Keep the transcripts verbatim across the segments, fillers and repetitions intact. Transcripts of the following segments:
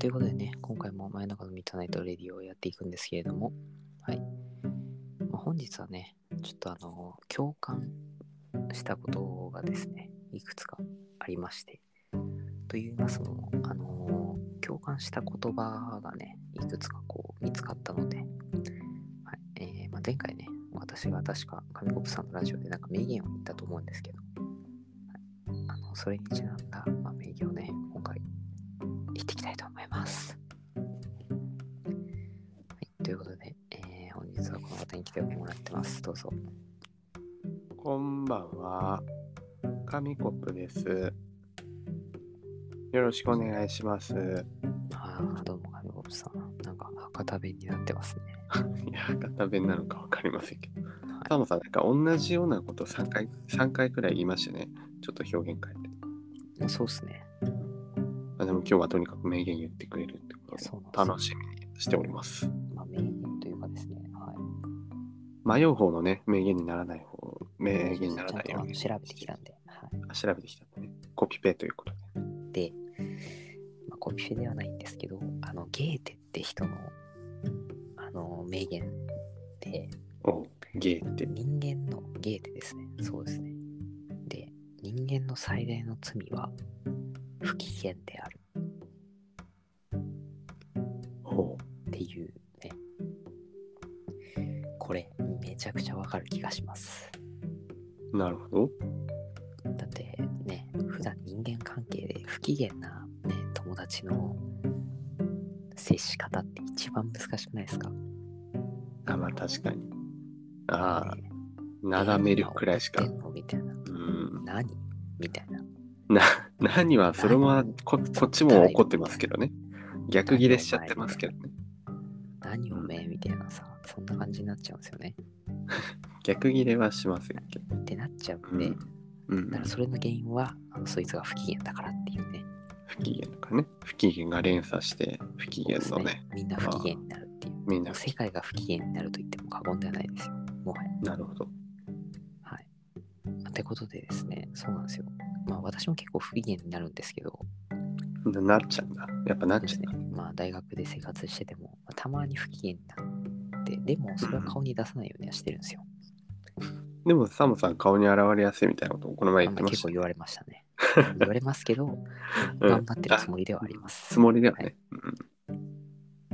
いうことでね、今回も真夜中のミッドナイトレディをやっていくんですけれども、はい。まあ、本日はね、ちょっとあの、共感したことがですね、いくつかありまして、と言いますのも、あのー、共感した言葉がね、いくつかこう見つかったので、はい。えーまあ、前回ね、私が確か紙コップさんのラジオでなんか名言を言ったと思うんですけど、はい、あのそれにちなんだ、まあ、名言をね、今回言っていきたいと思います。はい、ということで、えー、本日はこの方に来てもらってます。どうぞ。 こんばんは。紙コップです。よろしくお願いします。 ああ、どうも紙コップさん。なんか博多弁になってますね。 いや、博多弁なのかわかりませんけど。 はい、 サモさん、なんか同じようなことさんかい、さんかいくらい言いましたね。ちょっと表現変えて。 まあ、そうっすね。 まあ、でも今日はとにかく名言言ってくれるってことで、 そうなんですよ。 楽しみにしております。 まあ、名言というかですね、はい。 迷う方のね、名言にならない方、名言にならちゃんないようにとあの調べてきたんで、はい。 あ調べてきたんでね。コピペということで。 で、まあ、コピペではないんですけど、あの、ゲーテって人の、あの、名言で、 おゲーって。 人間の、ゲーテですね。そうですね。で、人間の最大の罪は、不機嫌である。 ほっていうね、これ、めちゃくちゃわかる気がします。 う。なるほど。 だってね、普段人間関係で不機嫌な、ね、友達の接し方って一番難しくないですか？ あ、まあ確かに。ああ、 ね、 眺めるくらいしか。 えー、今怒ってんのみたいな。 うん。 何みたいな。 な、何は、それはこ、こっちも怒ってますけどね。逆ギレしちゃってますけどね。 何をめみたいなさ、そんな感じになっちゃうんですよね。 逆ギレはしませんけど。 ってなっちゃうんで、 うん。うん、 だからそれの原因は、あのそいつが不機嫌だからっていうね。 不機嫌とかね。不機嫌が連鎖して、不機嫌のね。 ねみんな不機嫌になるっていう。 みんな世界が不機嫌になると言っても過言ではないですよ。もはや。 なるほど。 はい。ってことでですね、そうなんですよ。まあ私も結構不機嫌になるんですけど、 ななっちゃうんだ。やっぱなっちゃうんだ。 ね、まあ大学で生活してても、まあ、たまに不機嫌になって、でもそれは顔に出さないようにはしてるんですよ。 でもサムさん顔に現れやすいみたいなことをこの前言ってました、ね。 結構言われましたね。言われますけど、 うん、 頑張ってるつもりではあります。 つもりではね。はい、 うん。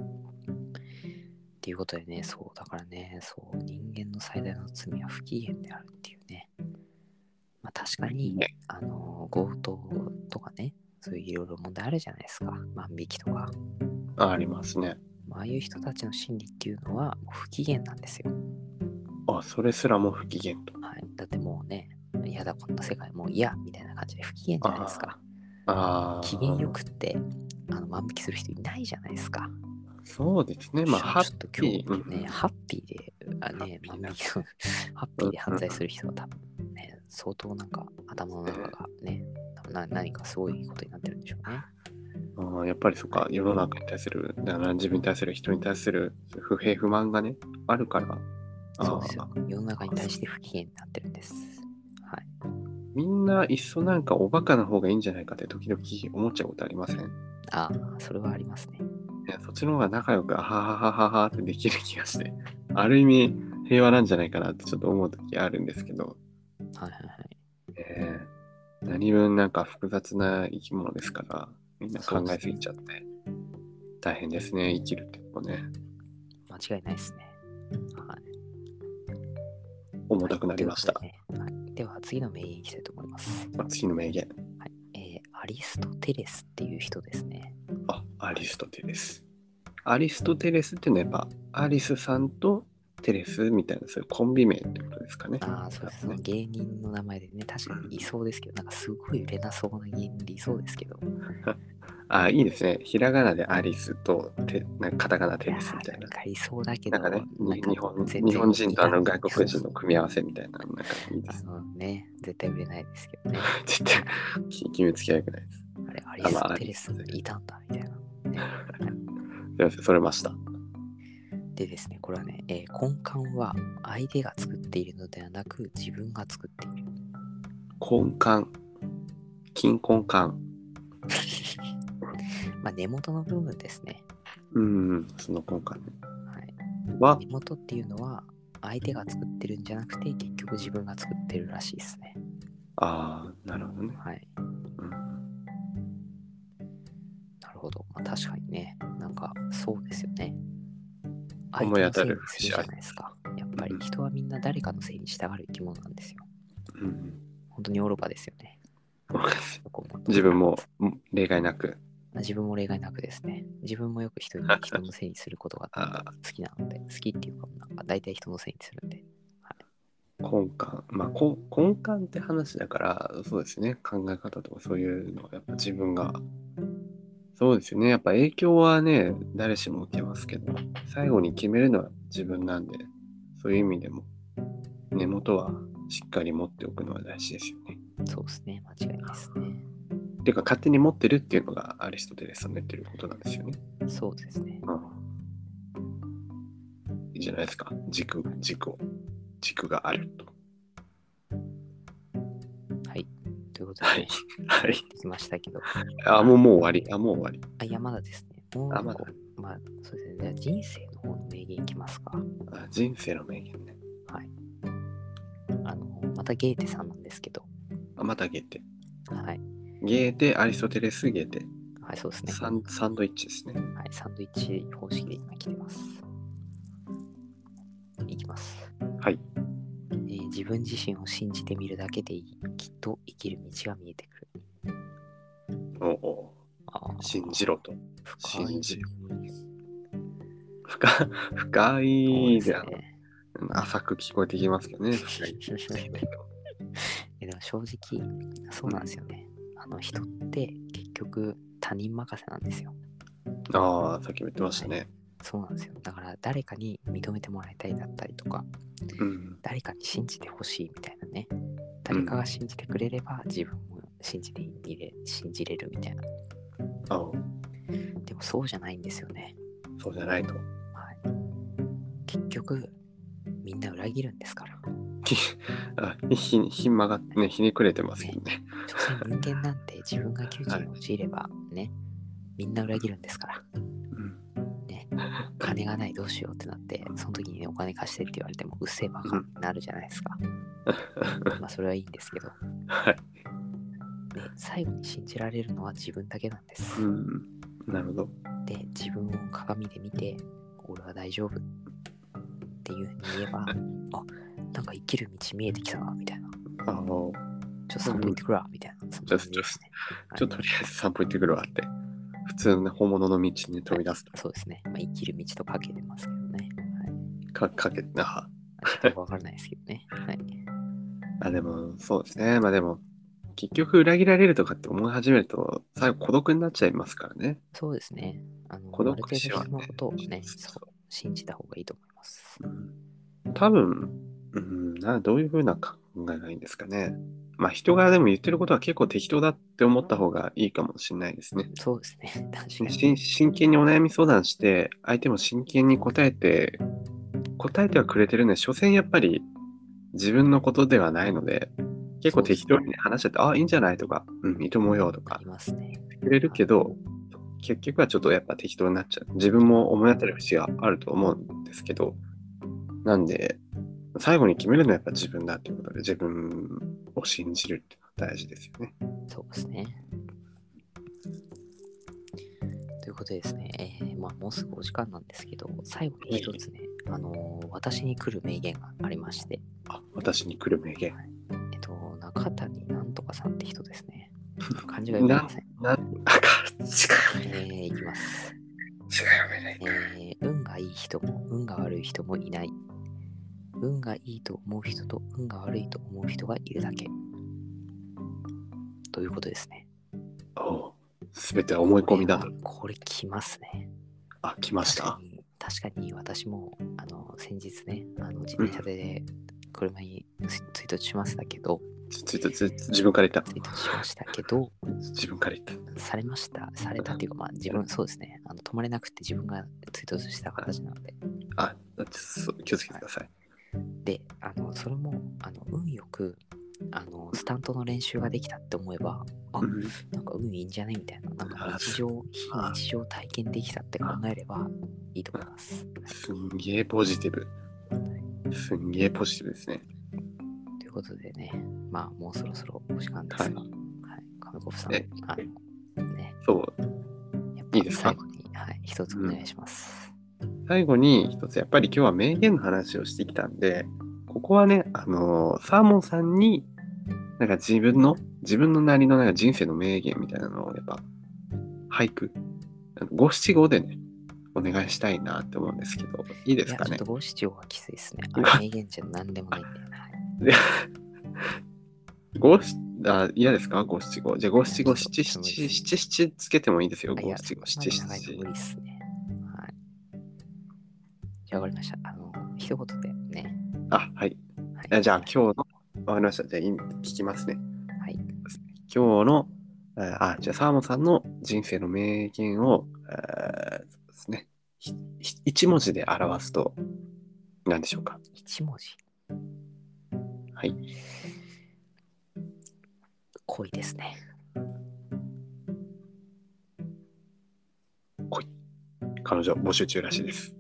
っていうことでね、そう、だからね、そう、人間の最大の罪は不機嫌であるっていうね。まあ確かに、ね、あの、強盗とかね、そういういろいろ問題あるじゃないですか。万引きとか。 あ、ありますね。 ああいう人たちの心理っていうのはもう不機嫌なんですよ。 あ、それすらも不機嫌と。 はい。だってもうね、嫌だ、こんな世界もう嫌みたいな感じで不機嫌じゃないですか。 ああ。 機嫌よくってあの万引きする人いないじゃないですか。 そうですね。まあ、ハちょっと今日ね、 うん、 ハッピーで、あね、万引きハッピーで犯罪する人は多分ね、相当なんか頭の中がね、な何かすごいことになってるんでしょうね。 あやっぱりそっか、世の中に対する、自分に対する人に対する不平不満がね、あるから。 そうですよ。世の中に対して不機嫌になってるんです。はい。 みんないっそなんかおバカな方がいいんじゃないかって時々思っちゃうことありません？ ああ、それはありますね。 いやそっちの方が仲良く、あはははははってできる気がして、ある意味平和なんじゃないかなってちょっと思う時あるんですけど。 はいはいはい。 えー、何分なんか複雑な生き物ですから、みんな考えすぎちゃって、大変ですね、生きるってもね。 間違いないですね。はい。 重たくなりました。 はい、で, ねはい、では次の名言いきたいと思います。 次の名言。 はい、えー。アリストテレスっていう人ですね。 あ、アリストテレス。アリストテレスってのはやっぱアリスさんとテレスみたいなそういうコンビ名ってことですかね。 ああ、そうですね。芸人の名前でね、確かにいそうですけど、なんかすごい売れなそうな芸人でいそうですけど。 ああ、いいですね。ひらがなでアリスとてなんかカタカナテレスみたいな。 なんかいそうだけど、 なんかね、 なんか日本日本人とあの外国人の組み合わせみたいな、なんかいいです。 あのね、絶対売れないですけどね。 絶対決めつけはよくないです。 あれ、アリストテレスいたんだみたいな。ね、 すいません、それました。 でですね、これはね、えー、根幹は相手が作っているのではなく自分が作っている。 根幹、金根幹。 まあ、根元の部分ですね。 うん、その根幹ね。 はい。 は、 根元っていうのは、相手が作ってるんじゃなくて、結局自分が作ってるらしいですね。 ああ、なるほどね。 はい。 うん、 なるほど。まあ、確かにね、なんかそうですよね。相思い当た手のせいにる節ありするじゃないですか。やっぱり人はみんな誰かのせいに従う生き物なんですよ。 うん、 本当に愚かですよね。そこも自分も例外なく。 自分も例外なくですね。自分もよく人に人のせいにすることがなんか好きなので、好きっていうか、なんか大体人のせいにするんで。はい、 根幹、まあこ根幹って話だから、そうですね、考え方とかそういうのはやっぱ自分が、そうですよね、やっぱ影響はね、誰しも受けますけど、最後に決めるのは自分なんで、そういう意味でも根元はしっかり持っておくのは大事ですよね。 そうですね、間違いないですね。 っていうか、勝手に持ってるっていうのがアリストテレスさんの言ってることなんですよね。 そうですね。 うん、いいじゃないですか、軸、軸を、軸があると。 はい。ということで、 はい。 ね、 はい。 できましたけど。 あ、もう、もう終わり。あ、もう終わり。 あ、いや、まだですね。もうあ、ま一個。 だ。 まあ、そうですね。じゃあ人生の方の名言いきますか。 あ、人生の名言ね。 はい。あの、またゲーテさんなんですけど。 あ、またゲーテ。 はい。 ゲーテ、アリストテレス、ゲーテ。 はい、そうですね。 サンサンドイッチですね。 はい、サンドイッチ方式で今来てます。いきます。 はい。 えー自分自身を信じてみるだけでいい。きっと生きる道が見えてくる。 おお。 あ信じろと。 深い。 信じ。深深そういで、 ですね。 浅く聞こえてきますけどね。深い。 えでも正直、そうなんですよね。あの人って結局他人任せなんですよ。 ああ、さっきも言ってましたね。 そうなんですよ。だから誰かに認めてもらいたいだったりとか、 うん。 誰かに信じてほしいみたいなね。誰かが信じてくれれば自分も信じていれ信じれるみたいな。 ああ、 でもそうじゃないんですよね。 そうじゃないと。 はい、結局、みんな裏切るんですから。 あひひん曲がってね、ひねくれてますけどね。 所詮人間なんて自分が窮地に陥ればね、みんな裏切るんですから。 うん。 ね、金がないどうしようってなって、その時にね、お金貸してって言われても、うっせえバカってなるじゃないですか。まあ、それはいいんですけど。 はい。 で、最後に信じられるのは自分だけなんです。 うん。なるほど。 で、自分を鏡で見て、俺は大丈夫っていうふうに言えば、あ、なんか生きる道見えてきたな、みたいな。 あの、 ちょっと散歩行ってくるわ、みたいな。そんな感じですね。 ちょっととりあえず散歩行ってくるわって。普通の、ね、本物の道に飛び出すと。 はい、そうですね。まあ、生きる道とかけてますけどね。はい、 かかけてな。 ちょっとよくわからないですけどね。はい。 あ、でも、そうですね。まあでも、結局裏切られるとかって思い始めると、最後孤独になっちゃいますからね。 そうですね。あの、 孤独ある程度死はね人のことをね、 そうそうそう、信じた方がいいと思います。 うん、多分、うん、な、どういうふうな考えがいいんですかね。まあ人がでも言ってることは結構適当だって思った方がいいかもしれないですね。 そうですね。確かに。 し真剣にお悩み相談して、相手も真剣に答えて、答えてはくれてるんで、所詮やっぱり自分のことではないので、結構適当に話しちゃって、ああ、いいんじゃないとか、うん、いいと思うよとか、 ありますね。 くれるけど、結局はちょっとやっぱ適当になっちゃう。自分も思い当たる節があると思うんですけど、なんで、最後に決めるのはやっぱ自分だということで、自分を信じるっていうのは大事ですよね。 そうですね。ということでですね、えーまあ、もうすぐお時間なんですけど、最後に一つね、あのー私に来る名言がありまして、 あ、私に来る名言。 はい、えっと、中谷なんとかさんって人ですね。漢字が読めません。 な、な、あか、違えー、いきます。 う。違う読めない。 えー、運がいい人も運が悪い人もいない。運がいいと思う人と運が悪いと思う人がいるだけ。ということですね。 おすべては思い込みだと。 これきますね。 あ、来ました。 確かに、確かに私も、あの、先日ね、あの自転車で車にツイートしましたけど、 ツイート、ツイート自分から言った。 ツイートしましたけど、 自分から言った。 されました。されたっていうか、まあ自分、そうですね。あの止まれなくて自分がツイートした形なので。 あ、だってそう気をつけてください。 で、あの、それも、あの、運よく、 あのスタントの練習ができたって思えば、あ、 うん、 なんか運いいんじゃねみたいな、なんかあ日常、非日常体験できたって考えればいいと思います。 すんげえポジティブ。すんげえポジティブですね。 ということでね、まあもうそろそろお時間ですが、 ははい、亀子さん、 えあのね、 そう、 やっぱいいですか？ 最後に、はい、一つお願いします。 最後に一つ、やっぱり今日は名言の話をしてきたんで、ここはね、あのーサーモンさんに、なんか自分の、自分のなりのなんか人生の名言みたいなのを、やっぱ、俳句、五七五でね、お願いしたいなって思うんですけど、いいでいや、 すかね。 ちょっと五七五はきついですね。あれ、名言じゃ何でもないんで、はい。 で五七、あ、嫌ですか？五七五。じゃあ五いや、 七五、 ちょっと、 七七、 ちょっと無理です。 七七つけてもいいですよ。 あ、いや、 五七五、 そこま七で長いの無七。 理っすね。はい。じゃあ、わかりました。あの、一言でね、 あ、はい。 はい、 あじゃあ行きましょう。 今日の、わかりました。じゃあい聞きますね。 はい。 今日の、あ、じゃあサーモンさんの人生の名言を、えーそうですね。ひひ一文字で表すと何でしょうか？ 一文字。 はい。 恋ですね。 恋。彼女募集中らしいです。